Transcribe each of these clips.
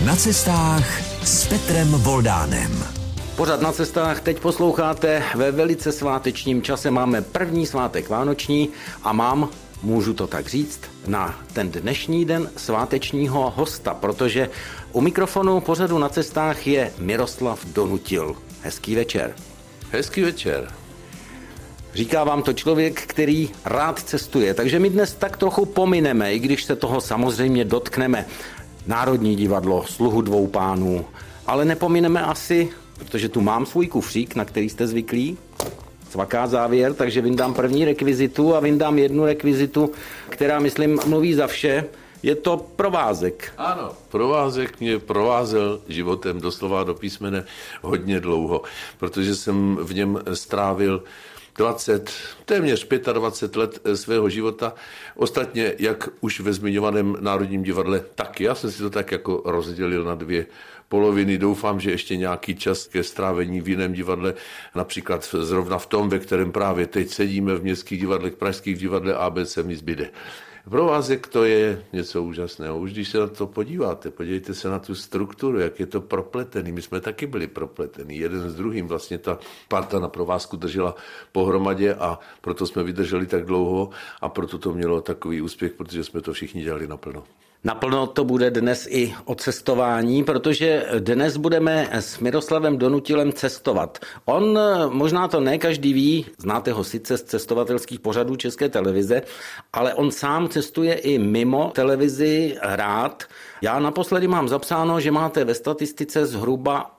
Na cestách s Petrem Voldánem. Pořád na cestách teď posloucháte ve velice svátečním čase. Máme první svátek vánoční a můžu to tak říct, na ten dnešní den svátečního hosta, protože u mikrofonu pořadu na cestách je Miroslav Donutil. Hezký večer. Hezký večer. Říká vám to člověk, který rád cestuje, takže my dnes tak trochu pomineme, i když se toho samozřejmě dotkneme. Národní divadlo, Sluhu dvou pánů, ale nepomineme asi, protože tu mám svůj kufřík, na který jste zvyklí, cvaká závěr, takže vyndám první rekvizitu a vyndám jednu rekvizitu, která, myslím, mluví za vše. Je to provázek. Ano, provázek mě provázel životem doslova do písmene hodně dlouho, protože jsem v něm strávil téměř 25 let svého života. Ostatně, jak už ve zmiňovaném Národním divadle, tak já jsem si to tak jako rozdělil na dvě poloviny. Doufám, že ještě nějaký čas ke strávení v jiném divadle, například zrovna v tom, ve kterém právě teď sedíme v městských divadlech, pražských divadle ABC mi zbyde. Provázek to je něco úžasného. Už když se na to podíváte, podívejte se na tu strukturu, jak je to propletený. My jsme taky byli propletený. Jeden s druhým vlastně ta parta na provázku držela pohromadě a proto jsme vydrželi tak dlouho a proto to mělo takový úspěch, protože jsme to všichni dělali naplno. Naplno to bude dnes i o cestování, protože dnes budeme s Miroslavem Donutilem cestovat. On, možná to ne každý ví, znáte ho sice z cestovatelských pořadů České televize, ale on sám cestuje i mimo televizi rád. Já naposledy mám zapsáno, že máte ve statistice zhruba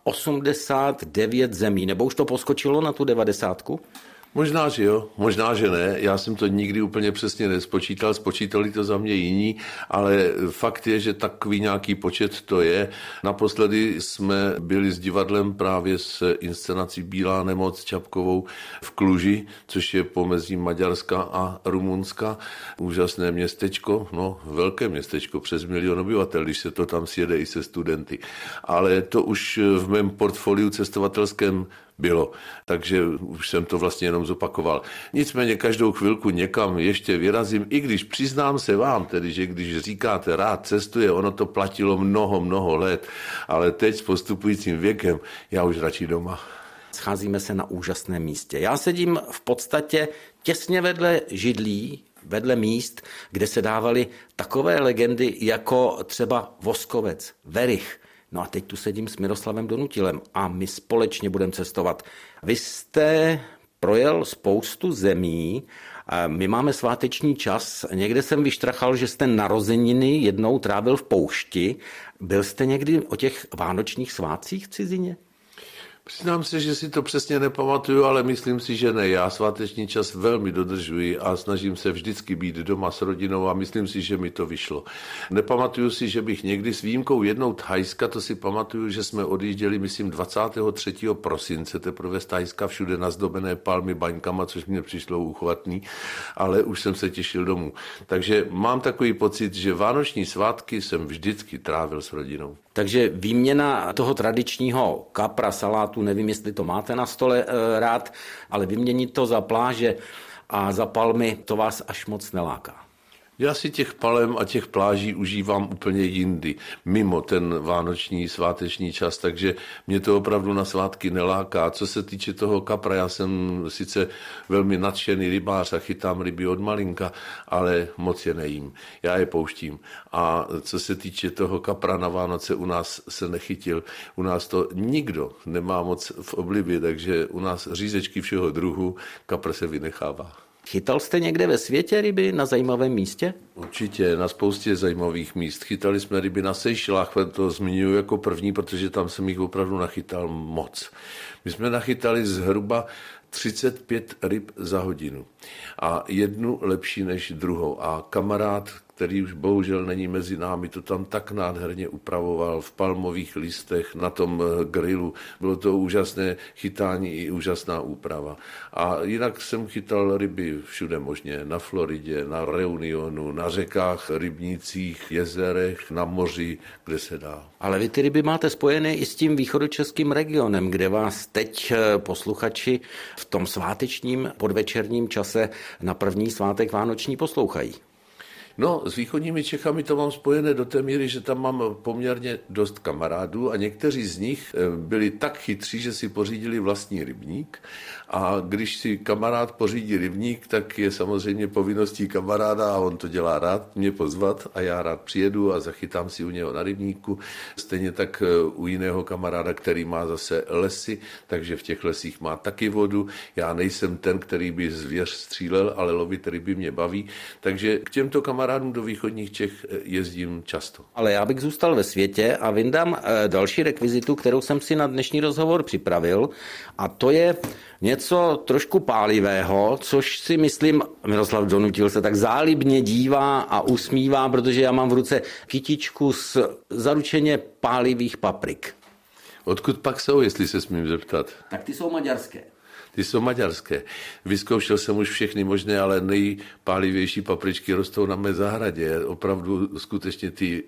89 zemí, nebo už to poskočilo na tu 90? Možná, že jo, možná, že ne. Já jsem to nikdy úplně přesně nespočítal, spočítali to za mě jiní, ale fakt je, že takový nějaký počet to je. Naposledy jsme byli s divadlem právě s inscenací Bílá nemoc Čapkovou v Kluži, což je pomezí Maďarska a Rumunska. Úžasné městečko, velké městečko, přes 1 milion obyvatel, když se to tam sjede i se studenty. Ale to už v mém portfoliu cestovatelském bylo, takže už jsem to vlastně jenom zopakoval. Nicméně každou chvilku někam ještě vyrazím, i když přiznám se vám, tedy, že když říkáte rád cestuje, ono to platilo mnoho let, ale teď s postupujícím věkem já už radši doma. Scházíme se na úžasném místě. Já sedím v podstatě těsně vedle židlí, vedle míst, kde se dávaly takové legendy jako třeba Voskovec, Verich. No a teď tu sedím s Miroslavem Donutilem a my společně budeme cestovat. Vy jste projel spoustu zemí, my máme sváteční čas, někde jsem vyštrachal, že jste narozeniny jednou trávil v poušti. Byl jste někdy o těch vánočních svátcích v cizině? Přiznám se, že si to přesně nepamatuju, ale myslím si, že ne. Já sváteční čas velmi dodržuji a snažím se vždycky být doma s rodinou a myslím si, že mi to vyšlo. Nepamatuju si, že bych někdy s výjimkou jednou Thajska, to si pamatuju, že jsme odjížděli, myslím, 23. prosince, teprve z Thajska, všude nazdobené palmy baňkama, což mě přišlo úchvatný, ale už jsem se těšil domů. Takže mám takový pocit, že vánoční svátky jsem vždycky trávil s rodinou. Takže výměna toho tradičního kapra, salátu, nevím, jestli to máte na stole rád, ale vyměnit to za pláže a za palmy, to vás až moc neláká. Já si těch palem a těch pláží užívám úplně jindy, mimo ten vánoční sváteční čas, takže mě to opravdu na svátky neláká. Co se týče toho kapra, já jsem sice velmi nadšený rybář a chytám ryby od malinka, ale moc je nejím. Já je pouštím. A co se týče toho kapra na Vánoce, u nás se nechytil. U nás to nikdo nemá moc v oblibě, takže u nás řízečky všeho druhu, kapr se vynechává. Chytal jste někde ve světě ryby na zajímavém místě? Určitě, na spoustě zajímavých míst. Chytali jsme ryby na Seychelách, to zmiňuji jako první, protože tam jsem jich opravdu nachytal moc. My jsme nachytali zhruba 35 ryb za hodinu a jednu lepší než druhou. A kamarád, který už bohužel není mezi námi, to tam tak nádherně upravoval v palmových listech na tom grilu. Bylo to úžasné chytání i úžasná úprava. A jinak jsem chytal ryby všude možně. Na Floridě, na Reunionu, na řekách, rybnících, jezerech, na moři, kde se dá. Ale vy ty ryby máte spojené i s tím východočeským regionem, kde vás teď posluchači v tom svátečním podvečerním čase na první svátek vánoční poslouchají. No, s východními Čechami to mám spojené do té míry, že tam mám poměrně dost kamarádů a někteří z nich byli tak chytří, že si pořídili vlastní rybník a když si kamarád pořídí rybník, tak je samozřejmě povinností kamaráda a on to dělá rád mě pozvat a já rád přijedu a zachytám si u něho na rybníku. Stejně tak u jiného kamaráda, který má zase lesy, takže v těch lesích má taky vodu. Já nejsem ten, který by zvěř střílel, ale lovit ryby mě baví, takže k těmto kamarádům do východních Čech jezdím často. Ale já bych zůstal ve světě a vyndám další rekvizitu, kterou jsem si na dnešní rozhovor připravil, a to je něco trošku pálivého, což si myslím, Miroslav donutil se tak zálibně dívá a usmívá, protože já mám v ruce kytičku z zaručeně pálivých paprik. Odkud pak jsou, jestli se smím zeptat? Tak ty jsou maďarské. Ty jsou maďarské. Vyzkoušel jsem už všechny možné, ale nejpálivější papričky rostou na mé zahradě. Opravdu skutečně ty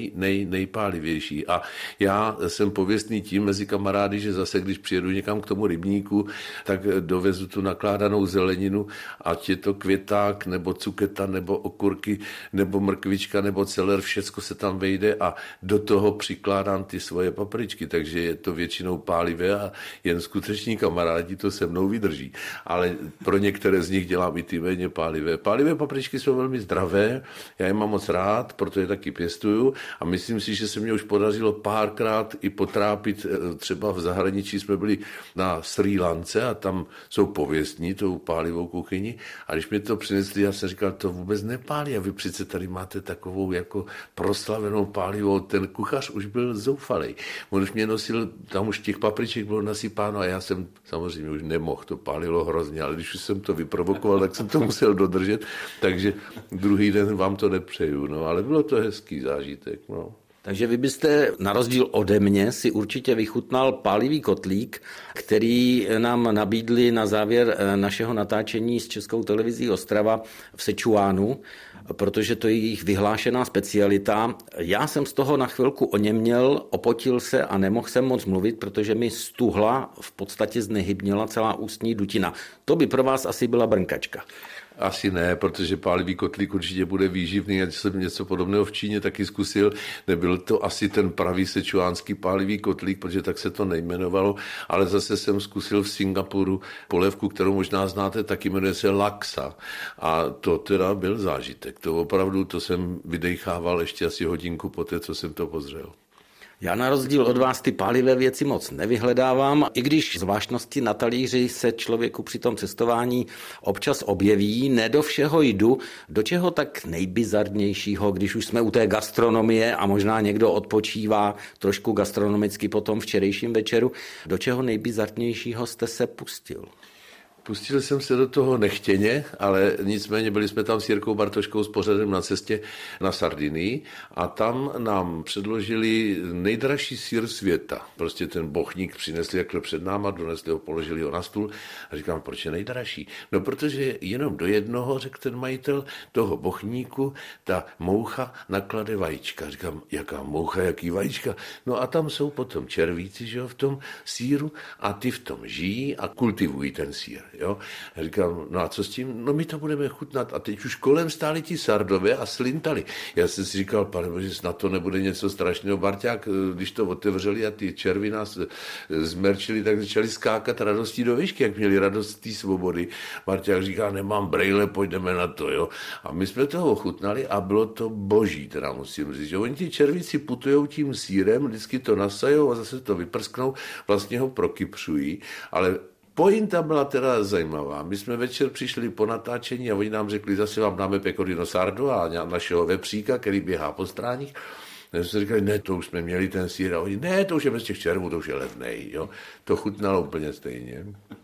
nejpálivější. A já jsem pověstný tím mezi kamarády, že zase, když přijedu někam k tomu rybníku, tak dovezu tu nakládanou zeleninu, ať je to květák, nebo cuketa, nebo okurky, nebo mrkvička, nebo celer, všecko se tam vejde a do toho přikládám ty svoje papričky. Takže je to většinou pálivé a jen skuteční kamarádi to se mnou vydrží. Ale pro některé z nich dělám i ty méně pálivé. Pálivé papričky jsou velmi zdravé, já je mám moc rád, proto je taky pěstuju a myslím si, že se mě už podařilo párkrát i potrápit. Třeba v zahraničí jsme byli na Srí Lance a tam jsou pověstní tou pálivou kuchyni a když mi to přinesli, já jsem říkal, to vůbec nepálí a vy přece tady máte takovou jako proslavenou pálivou. Ten kuchař už byl zoufalej. On už mě nosil, tam už těch papriček bylo nasypáno a já jsem samozřejmě už nemohl, to pálilo hrozně, ale když už jsem to vyprovokoval, tak jsem to musel dodržet, takže druhý den vám to nepřeju, no, ale bylo to hezký zážitek, no. Takže vy byste, na rozdíl ode mě, si určitě vychutnal pálivý kotlík, který nám nabídli na závěr našeho natáčení s Českou televizí Ostrava v Sečuánu, protože to je jejich vyhlášená specialita. Já jsem z toho na chvilku oněměl, opotil se a nemohl jsem moc mluvit, protože mi stuhla, v podstatě znehybněla celá ústní dutina. To by pro vás asi byla brnkačka. Asi ne, protože pálivý kotlík určitě bude výživný. Já jsem něco podobného v Číně taky zkusil. Nebyl to asi ten pravý sečuánský pálivý kotlík, protože tak se to nejmenovalo, ale zase jsem zkusil v Singapuru polévku, kterou možná znáte, taky jmenuje se laksa. A to teda byl zážitek. To opravdu, to jsem vydechával ještě asi hodinku poté, co jsem to pozřel. Já na rozdíl od vás ty pálivé věci moc nevyhledávám, i když zvláštnosti na talíři se člověku při tom cestování občas objeví, ne do všeho jdu, do čeho tak nejbizarnějšího, když už jsme u té gastronomie a možná někdo odpočívá trošku gastronomicky po tom včerejším večeru, do čeho nejbizarnějšího jste se pustil? Pustil jsem se do toho nechtěně, ale nicméně byli jsme tam s Jirkou Bartoškou s pořadem na cestě na Sardinii a tam nám předložili nejdražší sýr světa. Prostě ten bochník přinesli jakhle před náma, donesli ho, položili ho na stůl a říkám, proč je nejdražší? No, protože jenom do jednoho, řekl ten majitel toho bochníku, ta moucha naklade vajíčka. Říkám, jaká moucha, jaký vajíčka? No a tam jsou potom červíci, že jo, v tom sýru a ty v tom žijí a kultivují ten sýr. Jo? Já říkám, no a co s tím? No my to budeme chutnat. A teď už kolem stáli ti Sardové a slintali. Já jsem si říkal, pane bože, snad to nebude něco strašného. Barťák, když to otevřeli a ty červy nás zmerčili, tak začali skákat radostí do výšky, jak měli radost z té svobody. Barťák říká, nemám brejle, pojďme na to. Jo? A my jsme toho ochutnali a bylo to boží, teda musím říct. Že oni ti červíci putujou tím sýrem, vždycky to nasajou a zase to vyprsknou, vlastně ho prokypřují, ale pointa byla teda zajímavá. My jsme večer přišli po natáčení a oni nám řekli, zase vám dáme pecorino sardo a našeho vepříka, který běhá po stráních. My jsme říkali, ne, to už jsme měli ten sýr. A oni, ne, to už je bez těch červů, to už je levnej. Jo? To chutnalo úplně stejně.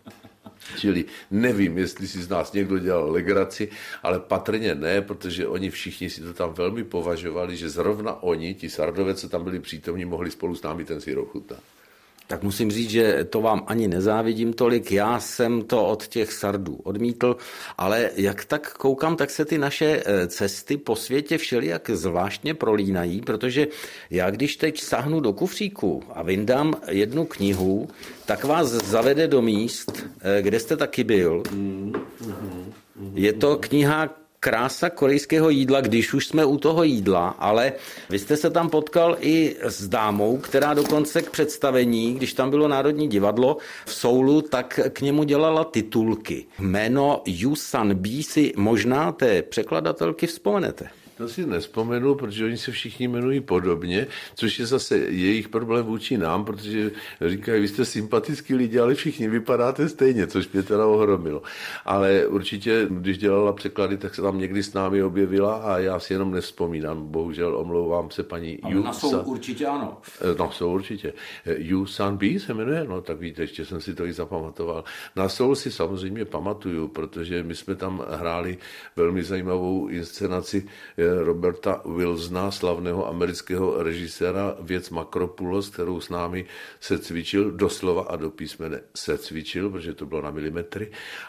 Čili nevím, jestli si z nás někdo dělal legraci, ale patrně ne, protože oni všichni si to tam velmi považovali, že zrovna oni, ti Sardové, co tam byli přítomní, mohli spolu s námi ten sýr ochutnat. Tak musím říct, že to vám ani nezávidím tolik, já jsem to od těch Sardů odmítl, ale jak tak koukám, tak se ty naše cesty po světě všelijak zvláštně prolínají, protože já když teď sáhnu do kufříku a vyndám jednu knihu, tak vás zavede do míst, kde jste taky byl. Je to kniha krása korejského jídla, když už jsme u toho jídla, ale vy jste se tam potkal i s dámou, která dokonce k představení, když tam bylo Národní divadlo v Soulu, tak k němu dělala titulky. Jméno Yu San-bi si možná té překladatelky vzpomenete. To si nespomenu, protože oni se všichni jmenují podobně, což je zase jejich problém vůči nám, protože říkají, vy jste sympatický lidi, ale všichni vypadáte stejně, což mě teda ohromilo. Ale určitě, když dělala překlady, tak se tam někdy s námi objevila a já si jenom nevzpomínám. Bohužel omlouvám se paní Yu. Na Soul určitě ano. No, Soul určitě. Yu San-bi se jmenuje? No, tak víte, ještě jsem si to i zapamatoval. Na Soul si samozřejmě pamatuju, protože my jsme tam hráli velmi zajímavou inscenaci Roberta Wilsona, slavného amerického režiséra, Věc Makropulos, kterou s námi se cvičil, doslova a do písmene se cvičil, protože to bylo na milimetry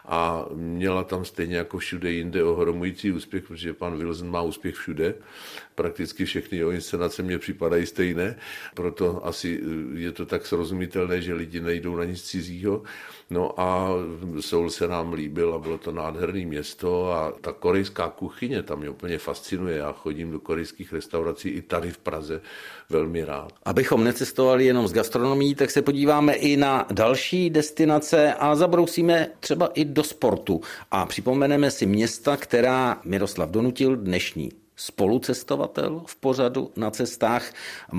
a měla tam stejně jako všude jinde ohromující úspěch, protože pan Wilson má úspěch všude. Prakticky všechny jeho inscenace mě připadají stejné, proto asi je to tak srozumitelné, že lidi nejdou na nic cizího. No a Soul se nám líbil a bylo to nádherné město a ta korejská kuchyně tam mě úplně fascinuje. Já chodím do korejských restaurací i tady v Praze velmi rád. Abychom necestovali jenom s gastronomií, tak se podíváme i na další destinace a zabrousíme třeba i do sportu. A připomeneme si města, která Miroslav Donutil, dnešní spolucestovatel v pořadu Na cestách,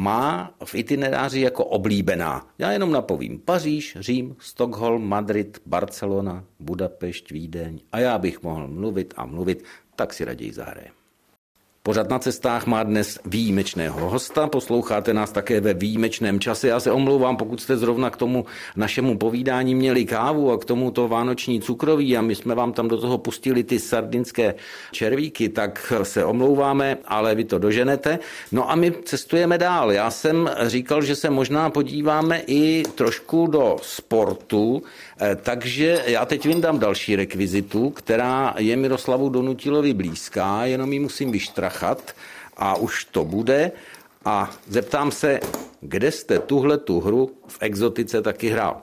má v itineráři jako oblíbená. Já jenom napovím: Paříž, Řím, Stockholm, Madrid, Barcelona, Budapešť, Vídeň. A já bych mohl mluvit a mluvit, tak si raději zahrajem. Pořad Na cestách má dnes výjimečného hosta, posloucháte nás také ve výjimečném čase. Já se omlouvám, pokud jste zrovna k tomu našemu povídání měli kávu a k tomuto vánoční cukroví a my jsme vám tam do toho pustili ty sardinské červíky, tak se omlouváme, ale vy to doženete. No a my cestujeme dál. Já jsem říkal, že se možná podíváme i trošku do sportu, takže já teď vyndám další rekvizitu, která je Miroslavu Donutilovi blízká, jenom ji musím vyštrachat a už to bude. A zeptám se, kde jste tuhletu hru v exotice taky hrál?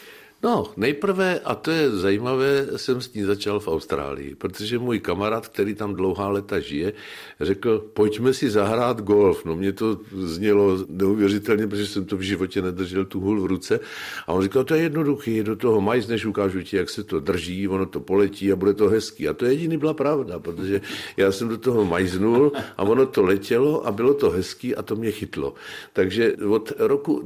No, nejprve, a to je zajímavé, jsem s ní začal v Austrálii, protože můj kamarád, který tam dlouhá léta žije, řekl, pojďme si zahrát golf. No, mě to znělo neuvěřitelně, protože jsem to v životě nedržel tu hůl v ruce. A on říkal, to je jednoduchý, do toho majz, než ukážu ti, jak se to drží, ono to poletí a bude to hezký. A to jediný byla pravda, protože já jsem do toho majznul a ono to letělo a bylo to hezký a to mě chytlo. Takže od roku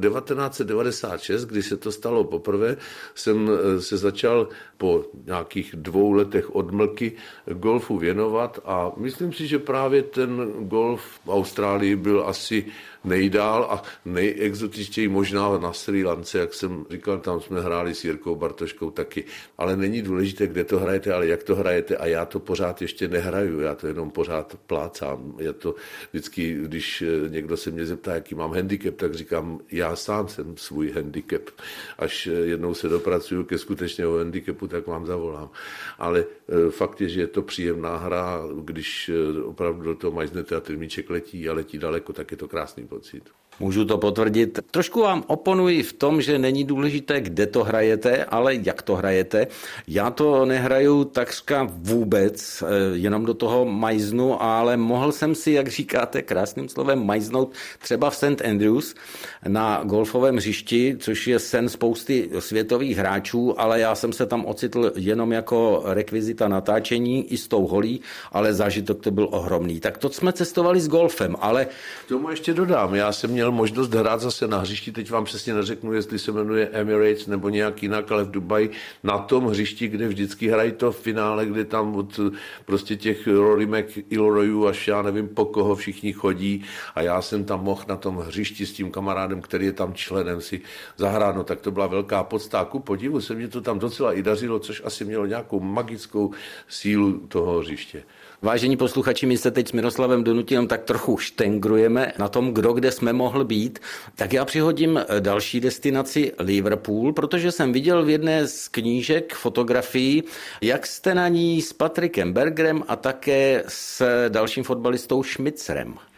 1996, kdy se to stalo poprvé, jsem se začal po nějakých 2 letech odmlky golfu věnovat a myslím si, že právě ten golf v Austrálii byl asi nejdál a nejexotičtěji možná na Srí Lance, jak jsem říkal, tam jsme hráli s Jirkou Bartoškou taky. Ale není důležité, kde to hrajete, ale jak to hrajete a já to pořád ještě nehraju, já to jenom pořád plácám. Je to vždycky, když někdo se mě zeptá, jaký mám handicap, tak říkám, já sám jsem svůj handicap. Až jednou se dopracuju ke skutečného handicapu, tak vám zavolám. Ale fakt je, že je to příjemná hra, když opravdu do toho majznete a ten míček letí a letí daleko, tak je to krásný pocit. Můžu to potvrdit. Trošku vám oponuji v tom, že není důležité, kde to hrajete, ale jak to hrajete. Já to nehraju takřka vůbec, jenom do toho majznu, ale mohl jsem si, jak říkáte krásným slovem, majznout třeba v St. Andrews na golfovém hřišti, což je sen spousty světových hráčů, ale já jsem se tam ocitl jenom jako rekvizita natáčení i s tou holí, ale zážitek to byl ohromný. Tak to jsme cestovali s golfem, ale... K tomu ještě dodám, já jsem měl možnost hrát zase na hřišti, teď vám přesně neřeknu, jestli se jmenuje Emirates nebo nějak jinak, ale v Dubaji, na tom hřišti, kde vždycky hrají to v finále, kde tam od prostě těch Rory McIlroyů až já nevím po koho všichni chodí a já jsem tam mohl na tom hřišti s tím kamarádem, který je tam členem, si zahrát, no tak to byla velká podsta. Ku podivu se mě to tam docela i dařilo, což asi mělo nějakou magickou sílu toho hřiště. Vážení posluchači, my se teď s Miroslavem Donutilem tak trochu štengrujeme na tom, kdo kde jsme mohl být. Tak já přihodím další destinaci Liverpool, protože jsem viděl v jedné z knížek fotografií, jak jste na ní s Patrickem Bergerem a také s dalším fotbalistou Schmitzerem.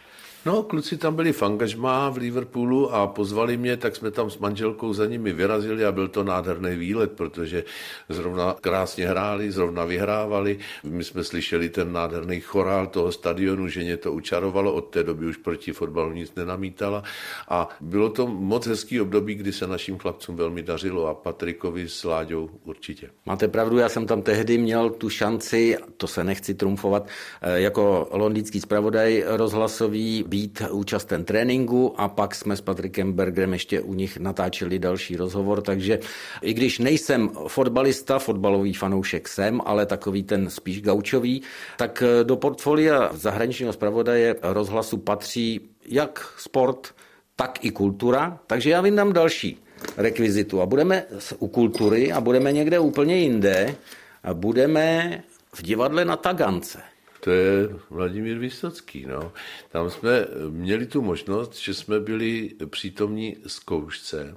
No, kluci tam byli v angažmá v Liverpoolu a pozvali mě, tak jsme tam s manželkou za nimi vyrazili a byl to nádherný výlet, protože zrovna krásně hráli, zrovna vyhrávali. My jsme slyšeli ten nádherný chorál toho stadionu, že mě to učarovalo, od té doby už proti fotbalu nic nenamítala a bylo to moc hezký období, kdy se našim chlapcům velmi dařilo a Patrikovi s Láďou určitě. Máte pravdu, já jsem tam tehdy měl tu šanci, to se nechci trumfovat, jako londýnský zpravodaj rozhlasový být účasten tréninku a pak jsme s Patrikem Bergerem ještě u nich natáčeli další rozhovor, takže i když nejsem fotbalista, fotbalový fanoušek jsem, ale takový ten spíš gaučový, tak do portfolia zahraničního zpravodaje rozhlasu patří jak sport, tak i kultura, takže já vyndám další rekvizitu a budeme u kultury a budeme někde úplně jinde a budeme v divadle na Tagance. To je Vladimír Vysocký. No. Tam jsme měli tu možnost, že jsme byli přítomní zkoušce,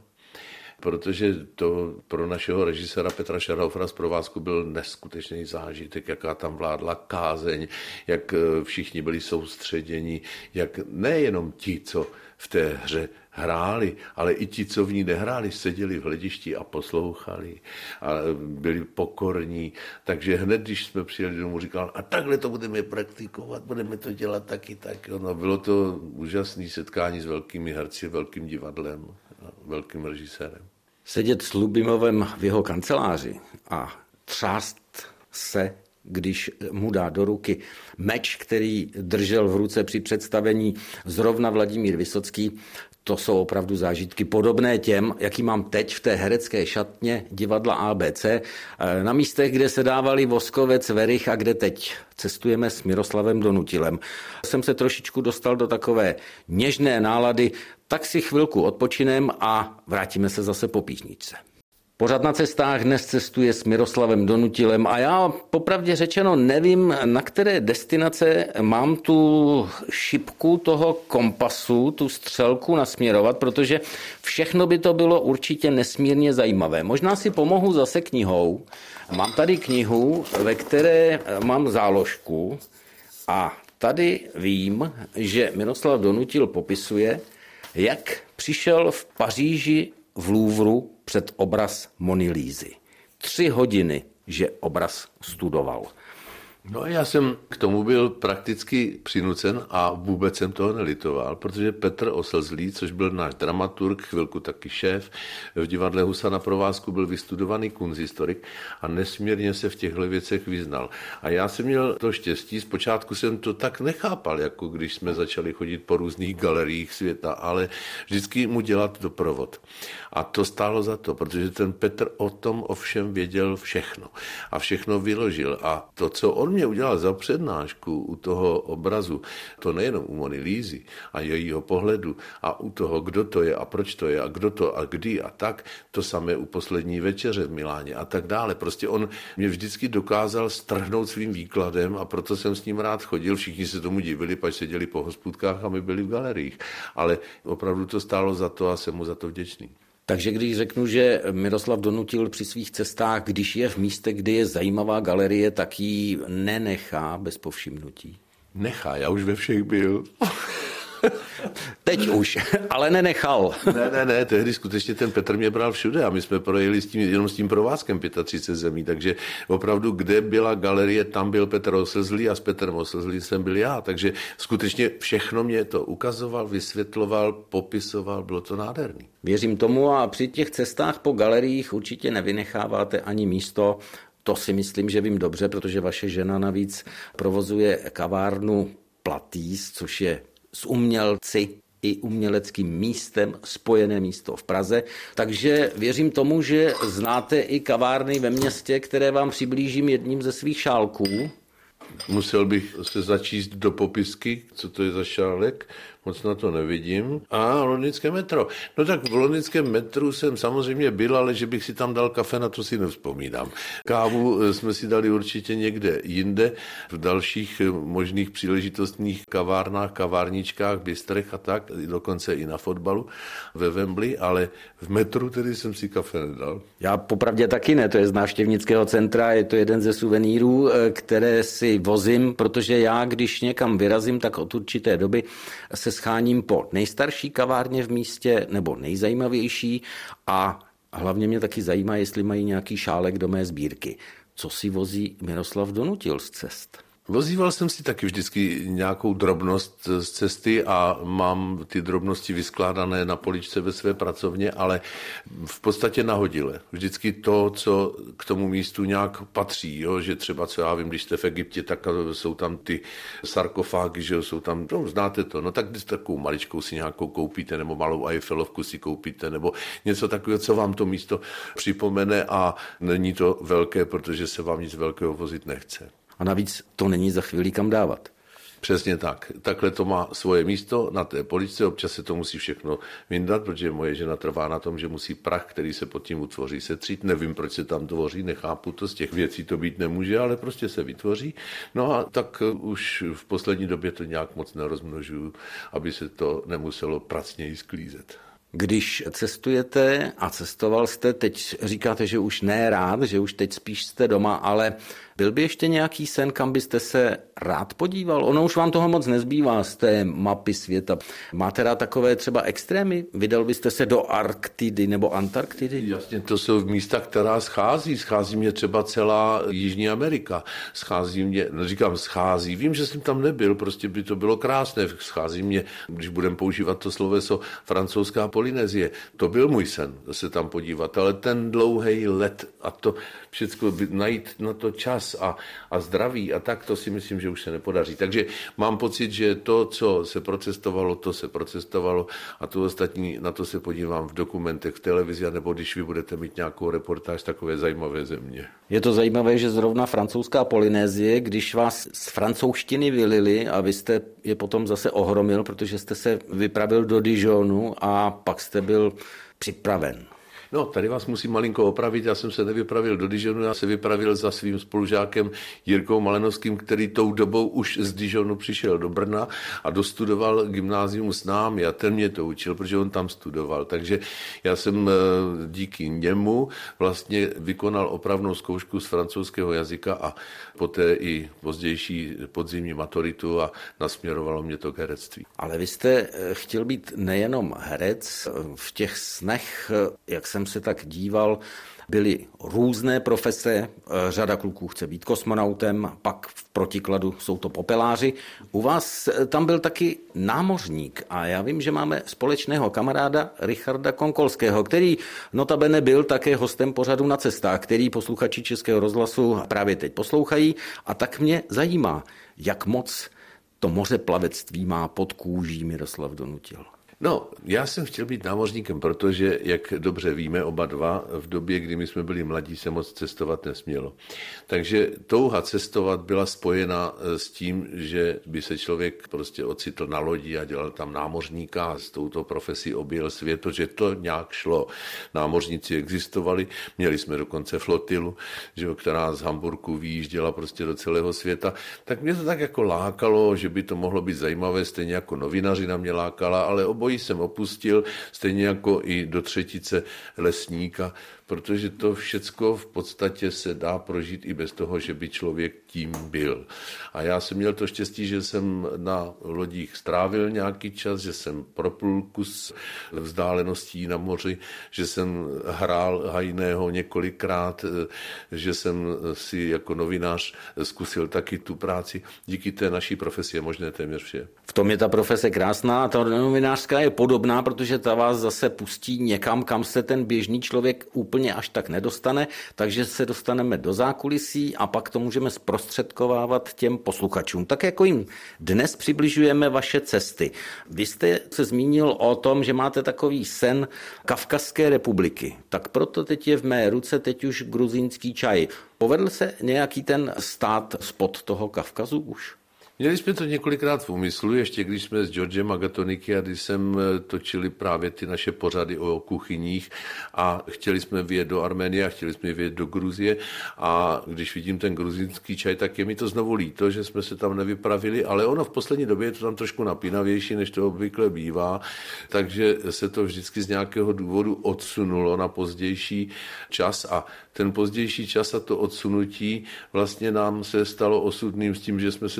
protože to pro našeho režiséra Petra Šerhaufera z Provázku byl neskutečný zážitek, jaká tam vládla kázeň, jak všichni byli soustředěni, jak nejenom ti, co v té hře hráli, ale i ti, co v ní nehráli, seděli v hledišti a poslouchali a byli pokorní. Takže hned, když jsme přijeli domů, říkal, a takhle to budeme praktikovat, budeme to dělat taky tak. No, bylo to úžasné setkání s velkými herci, velkým divadlem, velkým režisérem. Sedět s Lubimovem v jeho kanceláři a třást se, když mu dá do ruky meč, který držel v ruce při představení zrovna Vladimír Vysocký, to jsou opravdu zážitky podobné těm, jaký mám teď v té herecké šatně divadla ABC, na místech, kde se dávali Voskovec, Werich a kde teď cestujeme s Miroslavem Donutilem. Jsem se trošičku dostal do takové něžné nálady, tak si chvilku odpočinem a vrátíme se zase po písničce. Pořád na cestách dnes cestuje s Miroslavem Donutilem a já popravdě řečeno nevím, na které destinace mám tu šipku toho kompasu, tu střelku nasměrovat, protože všechno by to bylo určitě nesmírně zajímavé. Možná si pomohu zase knihou. Mám tady knihu, ve které mám záložku a tady vím, že Miroslav Donutil popisuje, jak přišel v Paříži v Louvru před obraz Mony Lízy. 3 hodiny, že obraz studoval. No a já jsem k tomu byl prakticky přinucen a vůbec jsem toho nelitoval, protože Petr Oslzlý, což byl náš dramaturg, chvilku taky šéf, v divadle Husa na Provázku byl vystudovaný kunsthistorik a nesmírně se v těchto věcech vyznal. A já jsem měl to štěstí, zpočátku jsem to tak nechápal, jako když jsme začali chodit po různých galeriích světa, ale vždycky mu dělat doprovod. A to stálo za to, protože ten Petr o tom ovšem věděl všechno a všechno vyložil. A to, co on mě udělal za přednášku u toho obrazu, to nejenom u Mony Lízy a jejího pohledu a u toho, kdo to je a proč to je a kdo to a kdy a tak, to samé u Poslední večeře v Miláně a tak dále. Prostě on mě vždycky dokázal strhnout svým výkladem a proto jsem s ním rád chodil. Všichni se tomu divili, pač seděli po hospůdkách a my byli v galeriích. Ale opravdu to stálo za to a jsem mu za to vděčný. Takže když řeknu, že Miroslav Donutil při svých cestách, když je v místě, kde je zajímavá galerie, tak ji nenechá bez povšimnutí. Nechá, já už ve všech byl. Teď už, ale nenechal. Ne, tehdy skutečně ten Petr mě bral všude a my jsme projeli jenom s tím provázkem 35 zemí, takže opravdu, kde byla galerie, tam byl Petr Oslzlý a s Petrem Oslzlým jsem byl já, takže skutečně všechno mě to ukazoval, vysvětloval, popisoval, bylo to nádherný. Věřím tomu a při těch cestách po galeriích určitě nevynecháváte ani místo. To si myslím, že vím dobře, protože vaše žena navíc provozuje kavárnu Platýs, což je s umělci i uměleckým místem spojené místo v Praze. Takže věřím tomu, že znáte i kavárny ve městě, které vám přiblížím jedním ze svých šálků. Musel bych se začíst do popisky, co to je za šálek, moc na to nevidím. A londýnské metro. No tak v londýnském metru jsem samozřejmě byl, ale že bych si tam dal kafe, na to si nevzpomínám. Kávu jsme si dali určitě někde jinde, v dalších možných příležitostných kavárnách, kavárničkách, bistrech a tak, dokonce i na fotbalu ve Wembley, ale v metru tedy jsem si kafe nedal. Já popravdě taky ne, to je z návštěvnického centra, je to jeden ze suvenýrů, které si vozím, protože já, když někam vyrazím, tak od určité doby se scháním po nejstarší kavárně v místě nebo nejzajímavější a hlavně mě taky zajímá, jestli mají nějaký šálek do mé sbírky. Co si vozí Miroslav Donutil z cest? Vozíval jsem si taky vždycky nějakou drobnost z cesty a mám ty drobnosti vyskládané na poličce ve své pracovně, ale v podstatě nahodile. Vždycky to, co k tomu místu nějak patří, jo? Že třeba, co já vím, když jste v Egyptě, tak jsou tam ty sarkofágy, že jsou tam, no, znáte to, no tak takovou maličkou si nějakou koupíte, nebo malou Eiffelovku si koupíte, nebo něco takového, co vám to místo připomene a není to velké, protože se vám nic velkého vozit nechce. A navíc to není za chvíli kam dávat. Přesně tak. Takhle to má svoje místo na té poličce. Občas se to musí všechno vyndat, protože moje žena trvá na tom, že musí prach, který se pod tím utvoří, setřít. Nevím, proč se tam tvoří, nechápu to, z těch věcí to být nemůže, ale prostě se vytvoří. No a tak už v poslední době to nějak moc nerozmnožuju, aby se to nemuselo pracněji sklízet. Když cestujete a cestoval jste, teď říkáte, že už ne rád, že už teď spíš jste doma, ale byl by ještě nějaký sen, kam byste se rád podíval? Ono už vám toho moc nezbývá z té mapy světa. Máte rád takové třeba extrémy? Vydal byste se do Arktidy nebo Antarktidy? Jasně, to jsou místa, která schází. Schází mě třeba celá Jižní Amerika. Schází mě, schází. Vím, že jsem tam nebyl, prostě by to bylo krásné. Schází mě, když budeme používat to sloveso, francouzská Polynésie. To byl můj sen, se tam podívat, ale ten dlouhý let a to všechno najít na to čas a zdraví a tak, to si myslím, že už se nepodaří. Takže mám pocit, že to, co se procestovalo, to se procestovalo a to ostatní, na to se podívám v dokumentech, v televizi, nebo když vy budete mít nějakou reportáž takové zajímavé země. Je to zajímavé, že zrovna francouzská Polynésie, když vás z francouzštiny vylili a vy jste je potom zase ohromil, protože jste se vypravil do Dijonu a pak jste byl připraven. No, tady vás musím malinko opravit, já jsem se nevypravil do Dijonu, já se vypravil za svým spolužákem Jirkou Malenovským, který tou dobou už z Dijonu přišel do Brna a dostudoval gymnázium s námi a ten mě to učil, protože on tam studoval. Takže já jsem díky němu vlastně vykonal opravnou zkoušku z francouzského jazyka a poté i pozdější podzimní maturitu a nasměrovalo mě to k herectví. Ale vy jste chtěl být nejenom herec, v těch snech, jak jsem se tak díval, byly různé profese, řada kluků chce být kosmonautem, pak v protikladu jsou to popeláři. U vás tam byl taky námořník a já vím, že máme společného kamaráda Richarda Konkolského, který notabene byl také hostem pořadu Na cestách, který posluchači Českého rozhlasu právě teď poslouchají a tak mě zajímá, jak moc to mořeplavectví má pod kůží Miroslav Donutil. No, já jsem chtěl být námořníkem, protože, jak dobře víme oba dva, v době, kdy my jsme byli mladí, se moc cestovat nesmělo. Takže touha cestovat byla spojena s tím, že by se člověk prostě ocitl na lodi a dělal tam námořníka a s touto profesí objel svět, protože to nějak šlo. Námořníci existovali, měli jsme dokonce flotilu, že, která z Hamburku vyjížděla prostě do celého světa. Tak mě to tak jako lákalo, že by to mohlo být zajímavé, stejně jako novinařina mě lákala, ale obojí jsem opustil, stejně jako i do třetice lesníka, protože to všecko v podstatě se dá prožít i bez toho, že by člověk tím byl. A já jsem měl to štěstí, že jsem na lodích strávil nějaký čas, že jsem proplul kus vzdáleností na moři, že jsem hrál hajného několikrát, že jsem si jako novinář zkusil taky tu práci. Díky té naší profesi je možné téměř vše. V tom je ta profese krásná a ta novinářská je podobná, protože ta vás zase pustí někam, kam se ten běžný člověk úplně až tak nedostane, takže se dostaneme do zákulisí a pak to můžeme zprostředkovávat těm posluchačům. Tak jako jim dnes přibližujeme vaše cesty. Vy jste se zmínil o tom, že máte takový sen Kavkazské republiky. Tak proto teď je v mé ruce teď už gruzínský čaj. Povedl se nějaký ten stát spod toho Kavkazu už? Měli jsme to několikrát v úmyslu, ještě když jsme s Georgem Agatoniky a když jsem točili právě ty naše pořady o kuchyních a chtěli jsme vyjet do Arménie a chtěli jsme vyjet do Gruzie a když vidím ten gruzínský čaj, tak je mi to znovu líto, že jsme se tam nevypravili, ale ono v poslední době je to tam trošku napínavější, než to obvykle bývá, takže se to vždycky z nějakého důvodu odsunulo na pozdější čas a ten pozdější čas a to odsunutí vlastně nám se stalo osudným s tím, že jsme se tam už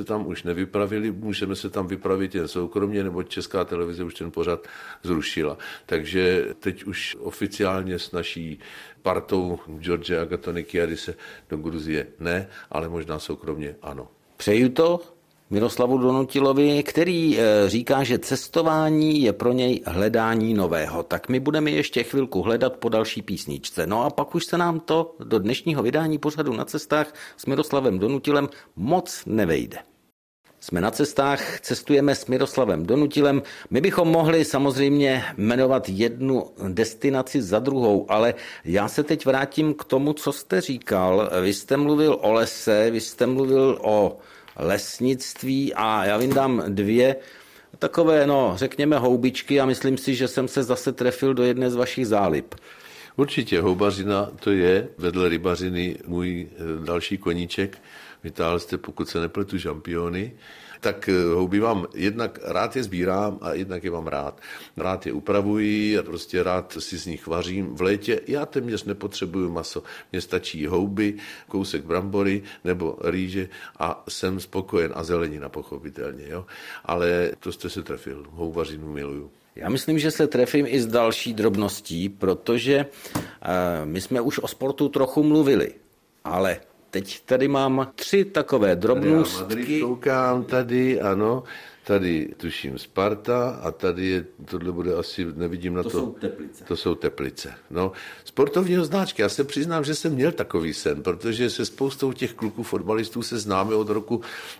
nevypravili, můžeme se tam vypravit jen soukromně, nebo Česká televize už ten pořad zrušila. Takže teď už oficiálně s naší partou George Agatonikiadise do Gruzie ne, ale možná soukromně ano. Přeju to Miroslavu Donutilovi, který říká, že cestování je pro něj hledání nového. Tak my budeme ještě chvilku hledat po další písničce. No a pak už se nám to do dnešního vydání pořadu Na cestách s Miroslavem Donutilem moc nevejde. Jsme na cestách, cestujeme s Miroslavem Donutilem. My bychom mohli samozřejmě jmenovat jednu destinaci za druhou, ale já se teď vrátím k tomu, co jste říkal. Vy jste mluvil o lese, vy jste mluvil o lesnictví a já vyndám dvě takové, řekněme houbičky a myslím si, že jsem se zase trefil do jedné z vašich zálib. Určitě houbařina to je vedle rybařiny můj další koníček. Vytáhl jste, pokud se nepletu, žampiony. Tak houby mám, jednak rád je sbírám a jednak je mám rád. Rád je upravuji a prostě rád si z nich vařím. V létě já téměř nepotřebuju maso. Mně stačí houby, kousek brambory nebo rýže a jsem spokojen a zelenina pochopitelně. Jo? Ale to jste se trefil. Houbařinu miluju. Já myslím, že se trefím i s další drobností, protože my jsme už o sportu trochu mluvili, ale teď tady mám 3 takové drobnostky. Koukám tady, ano, tady tuším Sparta a tady je, tohle bude asi, nevidím na to. To jsou Teplice. To jsou Teplice. No, sportovní označky, já se přiznám, že jsem měl takový sen, protože se spoustou těch kluků fotbalistů se známe od roku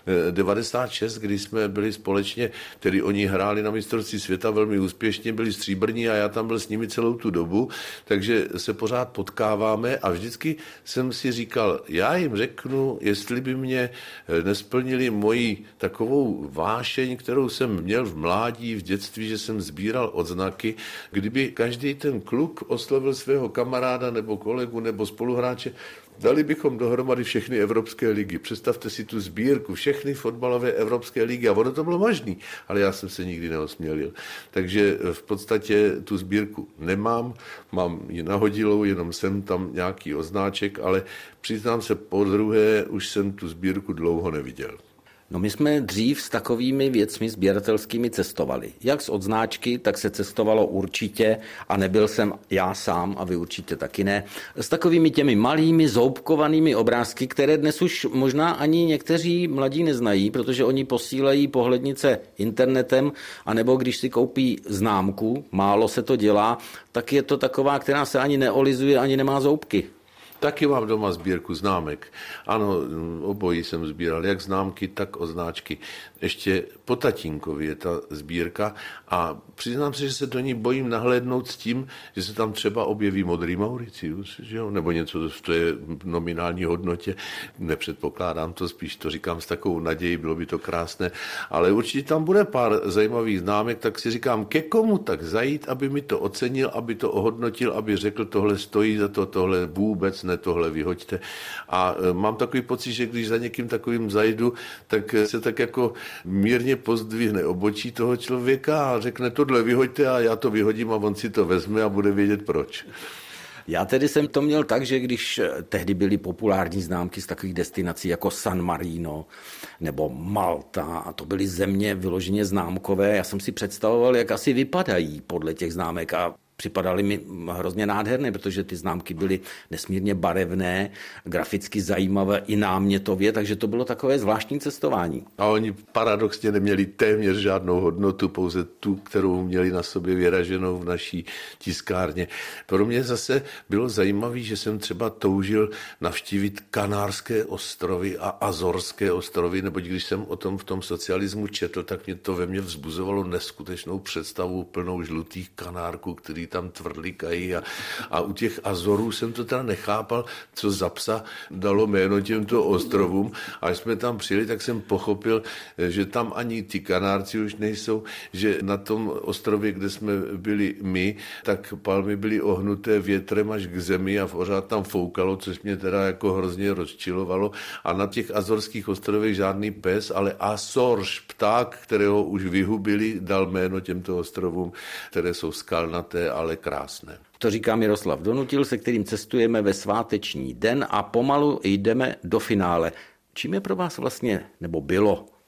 96, kdy jsme byli společně, tedy oni hráli na mistrovství světa velmi úspěšně, byli stříbrní a já tam byl s nimi celou tu dobu, takže se pořád potkáváme a vždycky jsem si říkal, já jim řeknu, jestli by mě nesplnili moji takovou vášeň, kterou jsem měl v mládí, v dětství, že jsem sbíral odznaky, kdyby každý ten kluk oslovil svého kamaráda nebo kolegu nebo spoluhráče, dali bychom dohromady všechny evropské ligy. Představte si tu sbírku, všechny fotbalové evropské ligy. A ono to bylo možný, ale já jsem se nikdy neosmělil. Takže v podstatě tu sbírku nemám, mám ji nahodilou, jenom jsem tam nějaký odznáček, ale přiznám se, podruhé už jsem tu sbírku dlouho neviděl. No my jsme dřív s takovými věcmi sběratelskými cestovali. Jak z odznáčky, tak se cestovalo určitě a nebyl jsem já sám a vy určitě taky ne. S takovými těmi malými zoubkovanými obrázky, které dnes už možná ani někteří mladí neznají, protože oni posílají pohlednice internetem, anebo když si koupí známku, málo se to dělá, tak je to taková, která se ani neolizuje, ani nemá zoubky. Taky mám doma sbírku známek. Ano, obojí jsem sbíral, jak známky, tak odznáčky. Ještě po tatínkovi je ta sbírka a přiznám se, že se do ní bojím nahlédnout s tím, že se tam třeba objeví modrý Mauricius, že jo? Nebo něco v té nominální hodnotě. Nepředpokládám to, spíš to říkám s takovou nadějí, bylo by to krásné. Ale určitě tam bude pár zajímavých známek, tak si říkám, ke komu tak zajít, aby mi to ocenil, aby to ohodnotil, aby řekl, tohle stojí za to, tohle vůbec ne, tohle vyhoďte. A mám takový pocit, že když za někým takovým zajdu, tak se tak jako mírně pozdvihne obočí toho člověka a řekne, tohle vyhoďte a já to vyhodím a on si to vezme a bude vědět proč. Já tedy jsem to měl tak, že když tehdy byly populární známky z takových destinací jako San Marino nebo Malta, a to byly země vyloženě známkové, já jsem si představoval, jak asi vypadají podle těch známek a připadaly mi hrozně nádherné, protože ty známky byly nesmírně barevné, graficky zajímavé i námětově, takže to bylo takové zvláštní cestování. A oni paradoxně neměli téměř žádnou hodnotu, pouze tu, kterou měli na sobě vyraženou v naší tiskárně. Pro mě zase bylo zajímavé, že jsem třeba toužil navštívit Kanárské ostrovy a Azorské ostrovy, neboť když jsem o tom v tom socialismu četl, tak mě to ve mně vzbuzovalo neskutečnou představu plnou žlutých kanárků, který tam tvrdlikají a u těch Azorů jsem to teda nechápal, co za psa dalo jméno těmto ostrovům. A když jsme tam přijeli, tak jsem pochopil, že tam ani ty Kanárci už nejsou, že na tom ostrově, kde jsme byli my, tak palmy byly ohnuté větrem až k zemi a pořád tam foukalo, což mě teda jako hrozně rozčilovalo. A na těch Azorských ostrovech žádný pes, ale Azorš, pták, kterého už vyhubili, dal jméno těmto ostrovům, které jsou skalnaté, ale krásné. To říká Miroslav Donutil, se kterým cestujeme ve sváteční den a pomalu jdeme do finále. Čím je pro vás vlastně, nebo bylo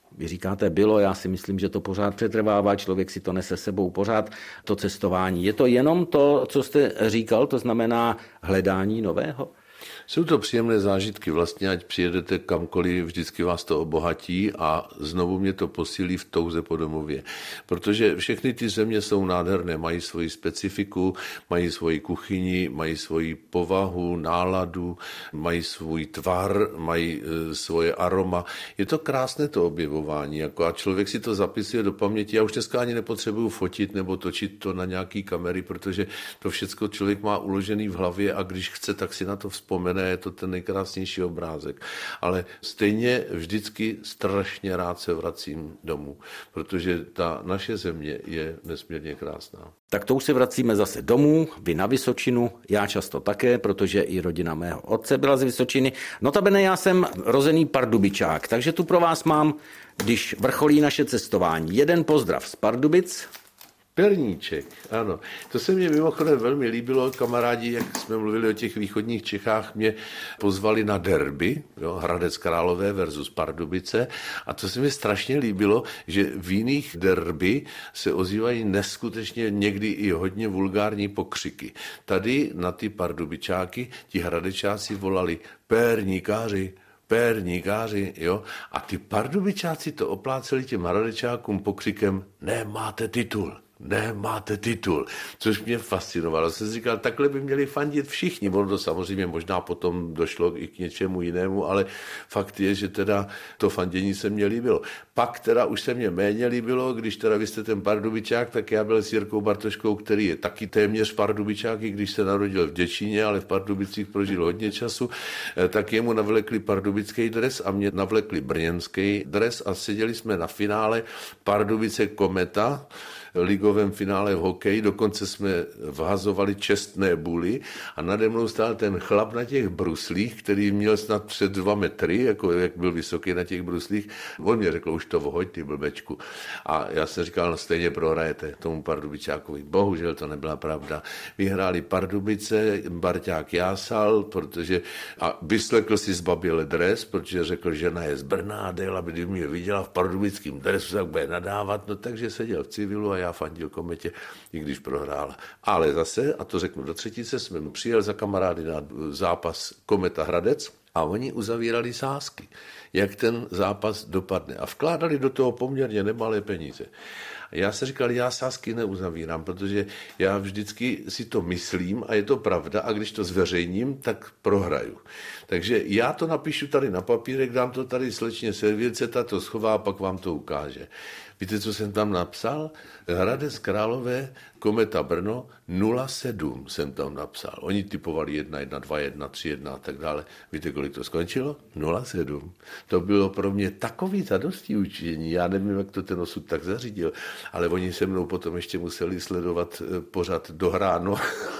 Vy říkáte bylo, já si myslím, že to pořád přetrvává, člověk si to nese sebou pořád, to cestování. Je to jenom to, co jste říkal, to znamená hledání nového? Jsou to příjemné zážitky, vlastně ať přijedete kamkoliv, vždycky vás to obohatí a znovu mě to posílí v touze po domově. Protože všechny ty země jsou nádherné, mají svoji specifiku, mají svoji kuchyni, mají svoji povahu, náladu, mají svůj tvar, mají svoje aroma. Je to krásné to objevování, jako a člověk si to zapisuje do paměti. Já už dneska ani nepotřebuju fotit nebo točit to na nějaký kamery, protože to všechno člověk má uložený v hlavě a když chce, tak si na to vzpomene, je to ten nejkrásnější obrázek. Ale stejně vždycky strašně rád se vracím domů, protože ta naše země je nesmírně krásná. Tak to už se vracíme zase domů, vy na Vysočinu, já často také, protože i rodina mého otce byla z Vysočiny. Notabene já jsem rozený Pardubičák, takže tu pro vás mám, když vrcholí naše cestování, jeden pozdrav z Pardubic. Perníček, ano. To se mně mimochodem velmi líbilo. Kamarádi, jak jsme mluvili o těch východních Čechách, mě pozvali na derby, jo, Hradec Králové versus Pardubice. A to se mi strašně líbilo, že v jiných derby se ozývají neskutečně někdy i hodně vulgární pokřiky. Tady na ty Pardubičáky ti Hradečáci volali Pérníkáři, jo. A ty Pardubičáci to opláceli těm Hradečákům pokřikem nemáte titul, což mě fascinovalo. Jsem si říkal, takhle by měli fandit všichni. Ono to samozřejmě možná potom došlo i k něčemu jinému, ale fakt je, že teda to fandění se mně líbilo. Pak teda už se mně méně líbilo, když teda vy jste ten Pardubičák, tak já byl s Jirkou Bartoškou, který je taky téměř Pardubičák, i když se narodil v Děčíně, ale v Pardubicích prožil hodně času, tak jemu navlekli pardubický dres a mě navlekli brněnský dres a seděli jsme na finále Pardubice Kometa, ligovém finále v hokeji, dokonce jsme vhazovali čestné buly a nade mnou stál ten chlap na těch bruslích, který měl snad před 2 metry, jako jak byl vysoký na těch bruslích. On mě řekl, už to vohoď, ty blbečku. A já jsem říkal, no stejně prohrajete tomu Pardubičákovi. Bohužel to nebyla pravda. Vyhráli Pardubice, Barťák jásal, a vyslekl si zbaběle dres, protože řekl, že žena je z Brna a Déla by mě viděla v pardubickém dresu, tak bude nadávat, no takže seděl v civilu a já fandil Kometě, i když prohrála. Ale zase, a to řeknu do třetice, jsme přijel za kamarády na zápas Kometa Hradec a oni uzavírali sázky, jak ten zápas dopadne. A vkládali do toho poměrně nemalé peníze. Já jsem říkal, já sázky neuzavírám, protože já vždycky si to myslím a je to pravda a když to zveřejním, tak prohraju. Takže já to napíšu tady na papírek, dám to tady slečně Service, ta to schová a pak vám to ukáže. Víte, co jsem tam napsal? Hradec Králové, Kometa Brno, 0,7 jsem tam napsal. Oni typovali 1-1, 2-1, 3-1 a tak dále. Víte, kolik to skončilo? 0,7. To bylo pro mě takový zadosti učení. Já nevím, jak to ten osud tak zařídil, ale oni se mnou potom ještě museli sledovat pořád dohráno,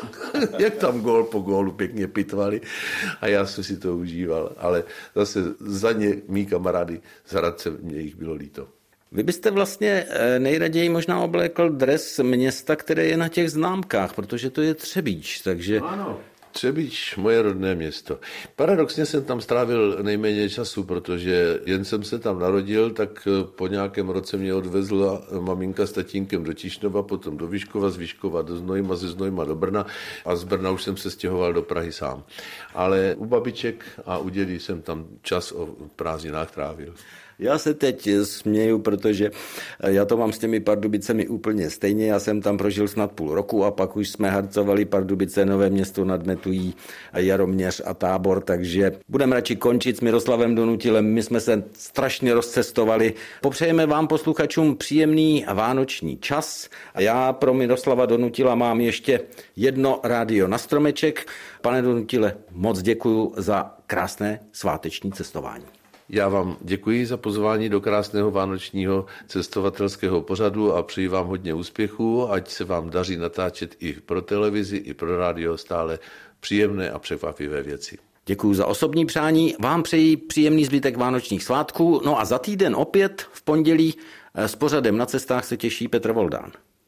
jak tam gól po gólu pěkně pitvali a já jsem si to užíval. Ale zase za ně mý kamarády z Hradce, mě jich bylo líto. Vy byste vlastně nejraději možná oblékl dres města, které je na těch známkách, protože to je Třebíč, takže... Ano. Třebíč, moje rodné město. Paradoxně jsem tam strávil nejméně času, protože jen jsem se tam narodil, tak po nějakém roce mě odvezla maminka s tatínkem do Tišnova, potom do Vyškova, z Vyškova do Znojma, ze Znojma do Brna a z Brna už jsem se stěhoval do Prahy sám. Ale u babiček a u dědy jsem tam čas o prázdninách trávil. Já se teď směju, protože já to mám s těmi Pardubicemi úplně stejně. Já jsem tam prožil snad půl roku a pak už jsme harcovali Pardubice, Nové Město nad Metují, Jaroměř a Tábor, takže budeme radši končit s Miroslavem Donutilem. My jsme se strašně rozcestovali. Popřejeme vám posluchačům příjemný vánoční čas. A já pro Miroslava Donutila mám ještě jedno rádio na stromeček. Pane Donutile, moc děkuju za krásné sváteční cestování. Já vám děkuji za pozvání do krásného vánočního cestovatelského pořadu a přeji vám hodně úspěchů, ať se vám daří natáčet i pro televizi, i pro rádio stále příjemné a překvapivé věci. Děkuji za osobní přání, vám přeji příjemný zbytek vánočních svátků, no a za týden opět v pondělí s pořadem Na cestách se těší Petr Voldán.